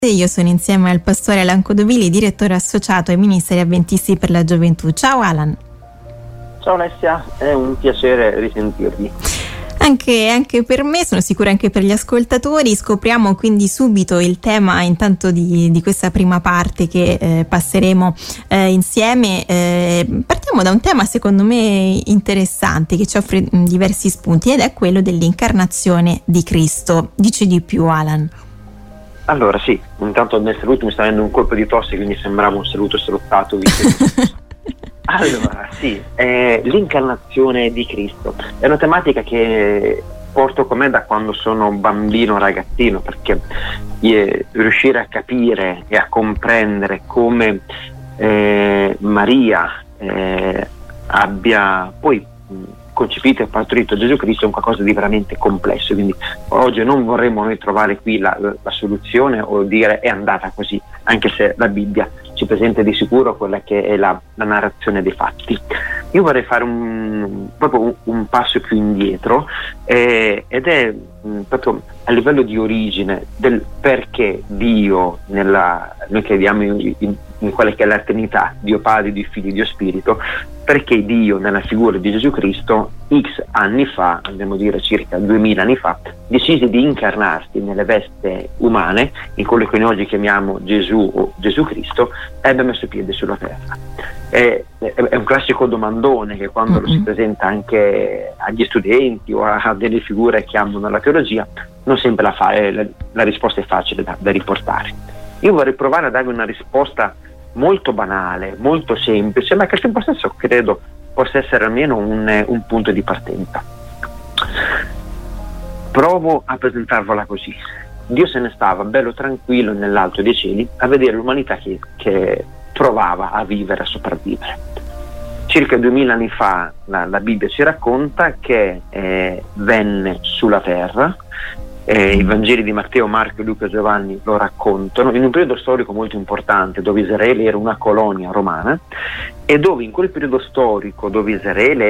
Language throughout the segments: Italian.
Io sono insieme al pastore Alan Codovili, direttore associato ai Ministeri Adventisti per la Gioventù. Ciao Alan. Ciao Alessia, è un piacere risentirvi. Anche per me, sono sicura anche per gli ascoltatori. Scopriamo quindi subito il tema intanto di questa prima parte che passeremo insieme. Partiamo da un tema secondo me interessante che ci offre diversi spunti ed è quello dell'incarnazione di Cristo. Dici di più, Alan. Allora sì, intanto nel saluto mi sta venendo un colpo di tosse, quindi sembrava un saluto strottato. Allora sì, l'incarnazione di Cristo è una tematica che porto con me da quando sono bambino, ragazzino, perché riuscire a capire e a comprendere come Maria abbia poi concepito e partorito Gesù Cristo è un qualcosa di veramente complesso, quindi oggi non vorremmo noi trovare qui la soluzione o dire è andata così, anche se la Bibbia ci presenta di sicuro quella che è la narrazione dei fatti. Io vorrei fare proprio un passo più indietro ed è proprio a livello di origine del perché Dio, noi crediamo in quella che è la Trinità, Dio Padre, Dio Figlio, Dio Spirito, perché Dio nella figura di Gesù Cristo X anni fa, andiamo a dire circa 2000 anni fa, decise di incarnarsi nelle vesti umane, in quello che noi oggi chiamiamo Gesù o Gesù Cristo, e abbia messo piede sulla terra. È un classico domandone che quando lo si presenta anche agli studenti o a delle figure che amano la teologia, non sempre la risposta è facile da riportare. Io vorrei provare a darvi una risposta molto banale, molto semplice, ma che al tempo stesso credo possa essere almeno un punto di partenza. Provo a presentarvela così. Dio se ne stava bello tranquillo nell'alto dei cieli a vedere l'umanità che provava a vivere, a sopravvivere. Circa 2000 anni fa la Bibbia ci racconta che venne sulla terra. I Vangeli di Matteo, Marco, Luca e Giovanni lo raccontano in un periodo storico molto importante dove Israele era una colonia romana e dove in quel periodo storico dove Israele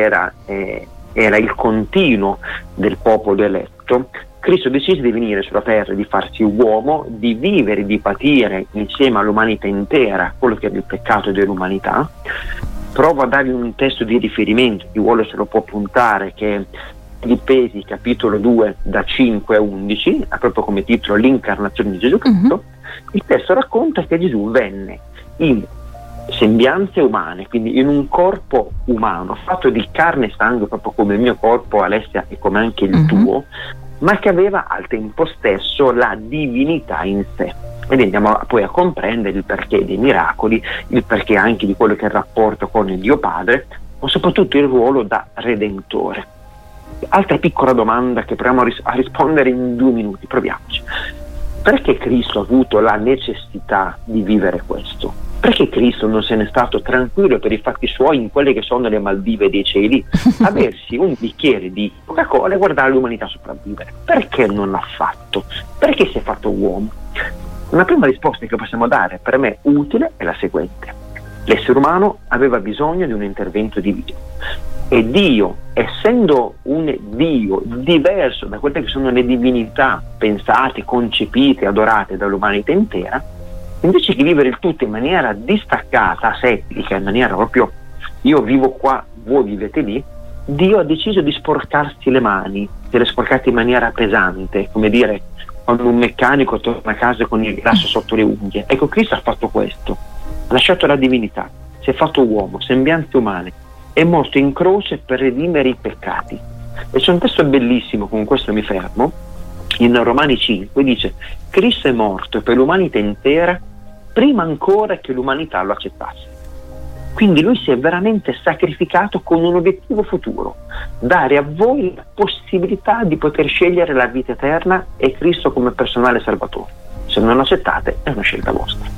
era il continuo del popolo eletto, Cristo decise di venire sulla terra, di farsi uomo, di vivere, di patire insieme all'umanità intera quello che è il peccato dell'umanità. Provo a darvi un testo di riferimento, chi vuole se lo può puntare, che di Pesi, capitolo 2, da 5 a 11, ha proprio come titolo l'incarnazione di Gesù Cristo. Il testo racconta che Gesù venne in sembianze umane, quindi in un corpo umano, fatto di carne e sangue, proprio come il mio corpo, Alessia, e come anche il tuo, ma che aveva al tempo stesso la divinità in sé. E andiamo poi a comprendere il perché dei miracoli, il perché anche di quello che è il rapporto con il Dio Padre, ma soprattutto il ruolo da redentore. Altra piccola domanda che proviamo a rispondere in 2 minuti, proviamoci. Perché Cristo ha avuto la necessità di vivere questo? Perché Cristo non se n'è stato tranquillo per i fatti suoi in quelle che sono le Maldive dei cieli a bersi un bicchiere di Coca-Cola e guardare l'umanità sopravvivere? Perché non l'ha fatto? Perché si è fatto uomo? Una prima risposta che possiamo dare, per me utile, è la seguente. L'essere umano aveva bisogno di un intervento divino. E Dio, essendo un Dio diverso da quelle che sono le divinità pensate, concepite, adorate dall'umanità intera, invece che vivere il tutto in maniera distaccata, asettica, in maniera proprio io vivo qua, voi vivete lì, Dio ha deciso di sporcarsi le mani, se le sporcate in maniera pesante, come dire quando un meccanico torna a casa con il grasso sotto le unghie. Ecco, Cristo ha fatto questo, ha lasciato la divinità, si è fatto uomo, sembianze umane, è morto in croce per redimere i peccati. E c'è un testo bellissimo, con questo mi fermo, in Romani 5 dice: Cristo è morto per l'umanità intera prima ancora che l'umanità lo accettasse. Quindi lui si è veramente sacrificato con un obiettivo futuro: dare a voi la possibilità di poter scegliere la vita eterna e Cristo come personale salvatore. Se non lo accettate è una scelta vostra.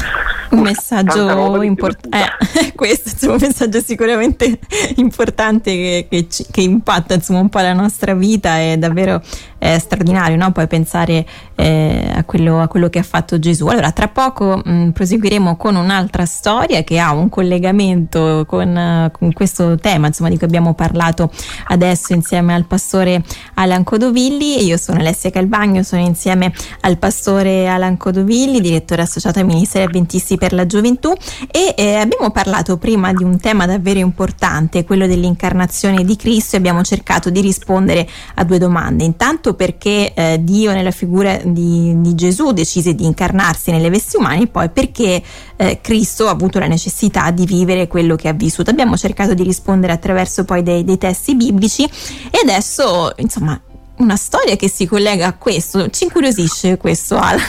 Un messaggio importante, questo è un messaggio sicuramente importante che impatta insomma un po' la nostra vita e davvero straordinario, no? Poi pensare a quello che ha fatto Gesù. Allora tra poco proseguiremo con un'altra storia che ha un collegamento con questo tema, insomma, di cui abbiamo parlato adesso insieme al pastore Alan Codovilli. Io sono Alessia Calvagno, sono insieme al pastore Alan Codovilli, direttore associato ai Ministeri Adventisti per la Gioventù, e abbiamo parlato prima di un tema davvero importante, quello dell'incarnazione di Cristo, e abbiamo cercato di rispondere a due domande. Intanto perché Dio nella figura di Gesù decise di incarnarsi nelle vesti umane, e poi perché Cristo ha avuto la necessità di vivere quello che ha vissuto. Abbiamo cercato di rispondere attraverso poi dei testi biblici, e adesso insomma una storia che si collega a questo. Ci incuriosisce questo, Alan?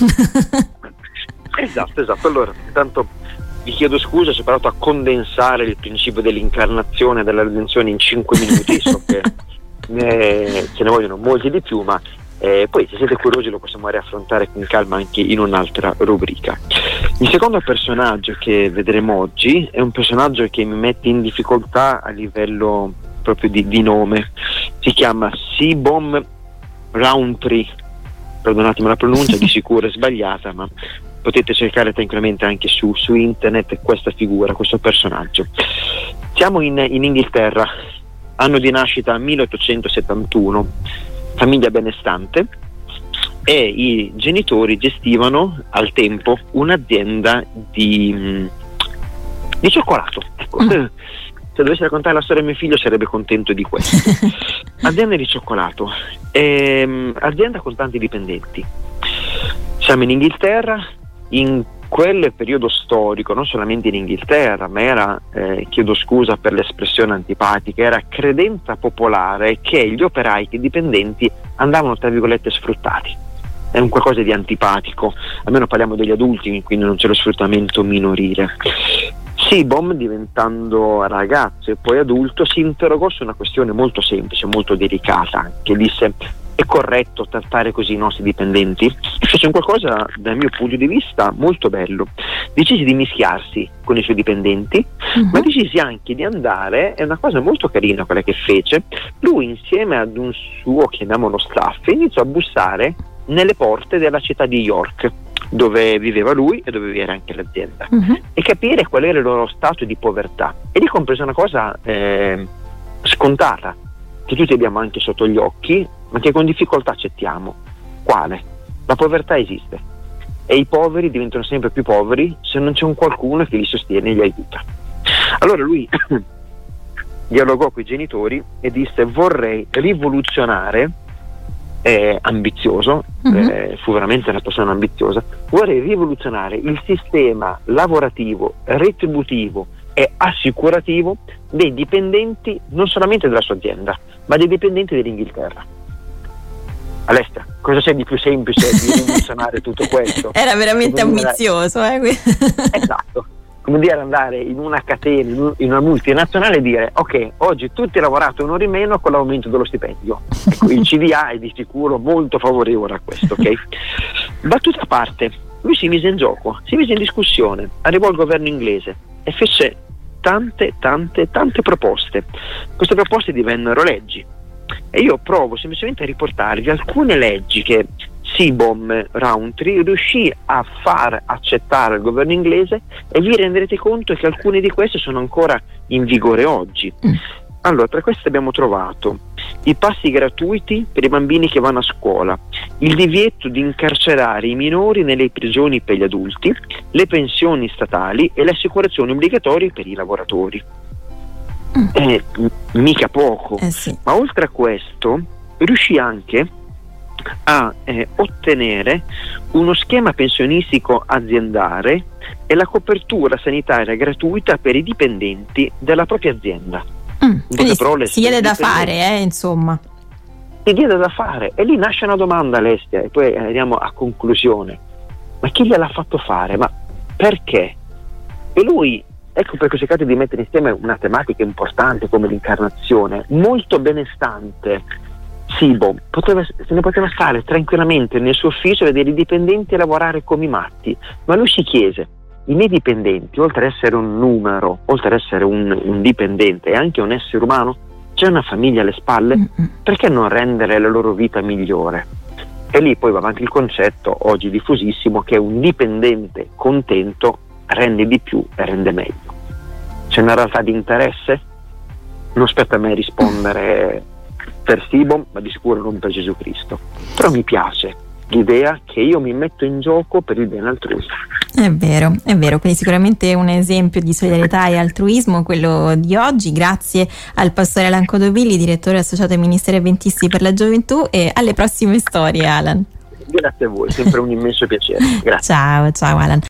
Esatto. Allora, intanto vi chiedo scusa se ho provato a condensare il principio dell'incarnazione e della redenzione in 5 minuti, so che ce ne vogliono molti di più, ma poi se siete curiosi lo possiamo riaffrontare con calma anche in un'altra rubrica. Il secondo personaggio che vedremo oggi è un personaggio che mi mette in difficoltà a livello proprio di nome. Si chiama C-Bomb Rowntree, perdonatemi la pronuncia, di sicuro è sbagliata, ma potete cercare tranquillamente anche su internet questa figura, questo personaggio. Siamo in Inghilterra, anno di nascita 1871, famiglia benestante, e i genitori gestivano al tempo un'azienda di cioccolato. Ecco. Se dovessi raccontare la storia a mio figlio sarebbe contento di questo. Azienda di cioccolato, azienda con tanti dipendenti. Siamo in Inghilterra, in quel periodo storico, non solamente in Inghilterra, ma era, chiedo scusa per l'espressione antipatica, era credenza popolare che gli operai, che i dipendenti andavano tra virgolette sfruttati. È un qualcosa di antipatico, almeno parliamo degli adulti, quindi non c'è lo sfruttamento minorile. C-Bomb, diventando ragazzo e poi adulto, si interrogò su una questione molto semplice, molto delicata, che disse: è corretto trattare così i nostri dipendenti? E fece un qualcosa, dal mio punto di vista, molto bello. Decise di mischiarsi con i suoi dipendenti, ma decise anche di andare, è una cosa molto carina quella che fece, lui insieme ad un suo, chiamiamolo staff, iniziò a bussare nelle porte della città di York, dove viveva lui e dove era anche l'azienda, e capire qual era il loro stato di povertà. E lì comprese una cosa scontata, che tutti abbiamo anche sotto gli occhi, ma che con difficoltà accettiamo. Quale? La povertà esiste, e i poveri diventano sempre più poveri se non c'è un qualcuno che li sostiene e li aiuta. Allora lui dialogò con i genitori e disse: vorrei rivoluzionare, ambizioso, fu veramente una persona ambiziosa, vorrei rivoluzionare il sistema lavorativo, retributivo e assicurativo dei dipendenti, non solamente della sua azienda, ma dei dipendenti dell'Inghilterra. Alessia, cosa c'è di più semplice di rivoluzionare tutto questo? Era veramente ambizioso, Esatto. Come dire, andare in una catena, in una multinazionale e dire: ok, oggi tutti lavorate un'ora in meno con l'aumento dello stipendio. Ecco, il CDA è di sicuro molto favorevole a questo, ok? Battuta a parte, lui si mise in gioco, si mise in discussione, arrivò al governo inglese e fece tante proposte. Queste proposte divennero leggi, e io provo semplicemente a riportarvi alcune leggi che C-Bomb Rowntree riuscì a far accettare al governo inglese, e vi renderete conto che alcune di queste sono ancora in vigore oggi. Allora, tra queste abbiamo trovato i passi gratuiti per i bambini che vanno a scuola, il divieto di incarcerare i minori nelle prigioni per gli adulti, le pensioni statali e le assicurazioni obbligatorie per i lavoratori. Mica poco. Sì. Ma oltre a questo riuscì anche a ottenere uno schema pensionistico aziendale e la copertura sanitaria gratuita per i dipendenti della propria azienda. Quindi si diede da fare, insomma. Si diede da fare, e lì nasce una domanda, Alessia, e poi arriviamo a conclusione. Ma chi gliel'ha fatto fare? Ma perché? E lui, ecco perché ho cercato di mettere insieme una tematica importante come l'incarnazione, molto benestante. C-Bomb se ne poteva stare tranquillamente nel suo ufficio e vedere i dipendenti lavorare come i matti, ma lui si chiese: i miei dipendenti, oltre ad essere un numero, oltre ad essere un dipendente, è anche un essere umano? c'è una famiglia alle spalle, perché non rendere la loro vita migliore? E lì poi va avanti il concetto, oggi diffusissimo, che un dipendente contento rende di più e rende meglio. C'è una realtà di interesse? Non spetta a me rispondere per Sibon, ma di sicuro non per Gesù Cristo. Però mi piace l'idea che io mi metto in gioco per il bene altrui. È vero, quindi sicuramente un esempio di solidarietà e altruismo quello di oggi. Grazie al pastore Alan Codovilli, direttore associato ai Ministeri Adventisti per la Gioventù, e alle prossime storie, Alan. Grazie a voi, sempre un immenso piacere. Grazie. Ciao Alan.